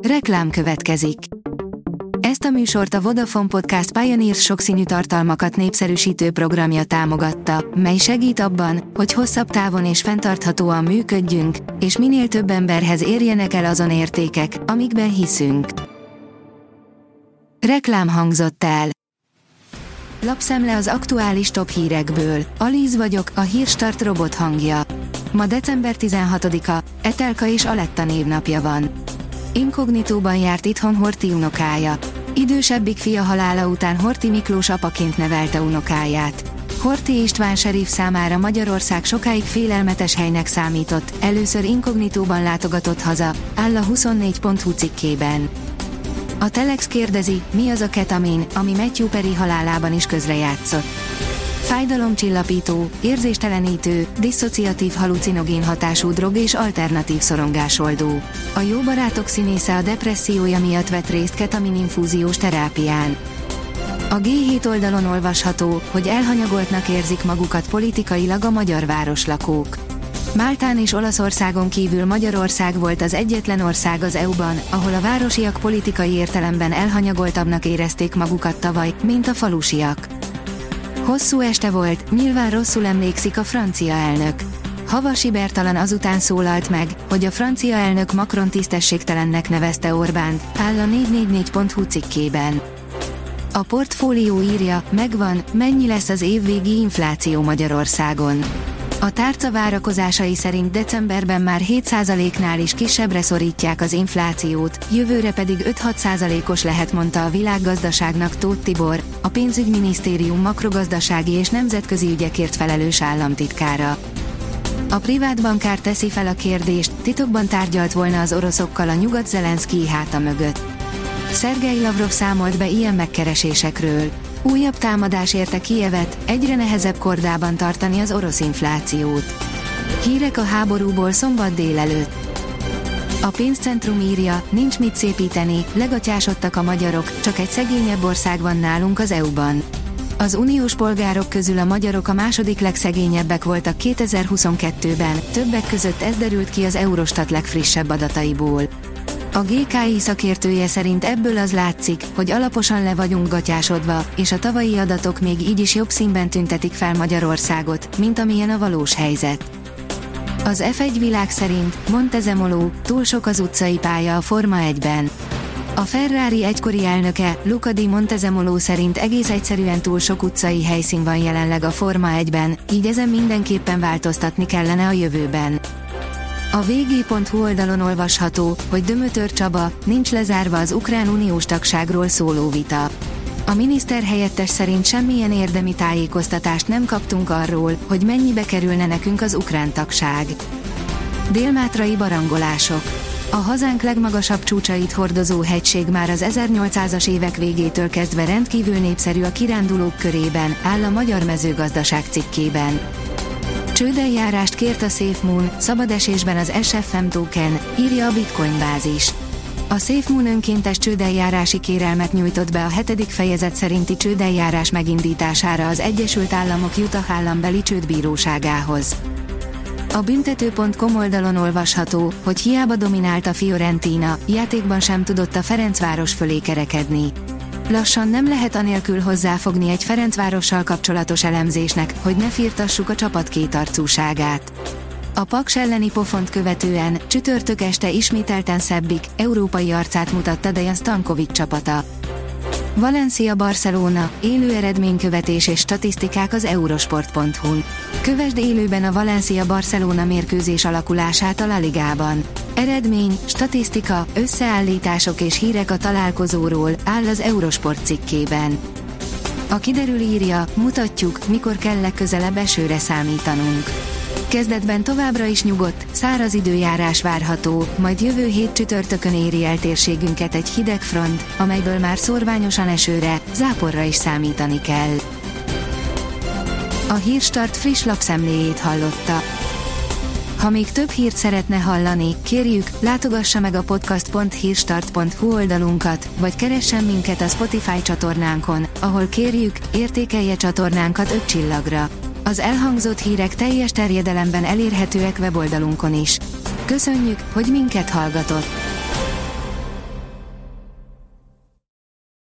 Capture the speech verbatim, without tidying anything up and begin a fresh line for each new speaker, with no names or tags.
Reklám következik. Ezt a műsort a Vodafone Podcast Pioneers sokszínű tartalmakat népszerűsítő programja támogatta, mely segít abban, hogy hosszabb távon és fenntarthatóan működjünk, és minél több emberhez érjenek el azon értékek, amikben hiszünk. Reklám hangzott el. Lapszemle az aktuális top hírekből. Alíz vagyok, a Hírstart robot hangja. Ma december tizenhatodika, Etelka és Aletta névnapja van. Inkognitóban járt itthon Horthy unokája. Idősebbik fia halála után Horthy Miklós apaként nevelte unokáját. Horthy István serif számára Magyarország sokáig félelmetes helynek számított, először inkognitóban látogatott haza, áll a huszonnégy pont hu cikkében. A Telex kérdezi, mi az a ketamin, ami Matthew Perry halálában is közrejátszott. Fájdalomcsillapító, érzéstelenítő, disszociatív halucinogén hatású drog és alternatív szorongásoldó. A Jó barátok színésze a depressziója miatt vett részt ketamin infúziós terápián. A gé hét oldalon olvasható, hogy elhanyagoltnak érzik magukat politikailag a magyar városlakók. Máltán és Olaszországon kívül Magyarország volt az egyetlen ország az é u-ban, ahol a városiak politikai értelemben elhanyagoltabbnak érezték magukat tavaly, mint a falusiak. Hosszú este volt, nyilván rosszul emlékszik a francia elnök. Havasi Bertalan azután szólalt meg, hogy a francia elnök Macron tisztességtelennek nevezte Orbánt, áll a négy négy négy pont hu cikkében. A Portfólió írja, megvan, mennyi lesz az évvégi infláció Magyarországon. A tárca várakozásai szerint decemberben már hét százaléknál is kisebbre szorítják az inflációt, jövőre pedig öt-hat százalékos lehet, mondta a Világgazdaságnak Tóth Tibor, a pénzügyminisztérium makrogazdasági és nemzetközi ügyekért felelős államtitkára. A privát bankár teszi fel a kérdést, titokban tárgyalt volna az oroszokkal a nyugat Zelenszkij háta mögött. Szergej Lavrov számolt be ilyen megkeresésekről. Újabb támadás érte Kijevet, egyre nehezebb kordában tartani az orosz inflációt. Hírek a háborúból szombat délelőtt. A Pénzcentrum írja, nincs mit szépíteni, legatyásodtak a magyarok, csak egy szegényebb ország van nálunk az é u-ban. Az uniós polgárok közül a magyarok a második legszegényebbek voltak kétezer-huszonkettőben, többek között ez derült ki az Eurostat legfrissebb adataiból. A gé ká i szakértője szerint ebből az látszik, hogy alaposan le vagyunk gatyásodva, és a tavalyi adatok még így is jobb színben tüntetik fel Magyarországot, mint amilyen a valós helyzet. Az ef egy világ szerint Montezemolo, túl sok az utcai pálya a Forma egyben. A Ferrari egykori elnöke, Luca di Montezemolo szerint egész egyszerűen túl sok utcai helyszín van jelenleg a Forma egyben, így ezen mindenképpen változtatni kellene a jövőben. A vé gé pont hu oldalon olvasható, hogy Dömötör Csaba, nincs lezárva az ukrán uniós tagságról szóló vita. A miniszter helyettes szerint semmilyen érdemi tájékoztatást nem kaptunk arról, hogy mennyibe kerülne nekünk az ukrán tagság. Délmátrai barangolások. A hazánk legmagasabb csúcsait hordozó hegység már az ezernyolcszázas évek végétől kezdve rendkívül népszerű a kirándulók körében, áll a Magyar Mezőgazdaság cikkében. Csődeljárást kért a SafeMoon, szabad esésben az es ef em token, írja a Bitcoin bázis. A SafeMoon önkéntes csődeljárási kérelmet nyújtott be a hetedik fejezet szerinti csődeljárás megindítására az Egyesült Államok Utah állambeli csődbíróságához. A büntető pont com oldalon olvasható, hogy hiába dominált a Fiorentina, játékban sem tudott a Ferencváros fölé kerekedni. Lassan nem lehet anélkül hozzáfogni egy Ferencvárossal kapcsolatos elemzésnek, hogy ne firtassuk a csapat kétarcúságát. A Paks elleni pofont követően csütörtök este ismételten szebbik, európai arcát mutatta Dejan Stankovic csapata. Valencia-Barcelona, élő eredménykövetés és statisztikák az eurosport pont hu-n. Kövesd élőben a Valencia-Barcelona mérkőzés alakulását a La Ligában. Eredmény, statisztika, összeállítások és hírek a találkozóról, áll az Eurosport cikkében. A Kiderül írja, mutatjuk, mikor kell legközelebb esőre számítanunk. Kezdetben továbbra is nyugodt, száraz időjárás várható, majd jövő hét csütörtökön éri el térségünket egy hideg front, amelyből már szórványosan esőre, záporra is számítani kell. A Hírstart friss lapszemléjét hallotta. Ha még több hírt szeretne hallani, kérjük, látogassa meg a podcast pont hírstart pont hu oldalunkat, vagy keressen minket a Spotify csatornánkon, ahol kérjük, értékelje csatornánkat öt csillagra. Az elhangzott hírek teljes terjedelemben elérhetőek weboldalunkon is. Köszönjük, hogy minket hallgatott!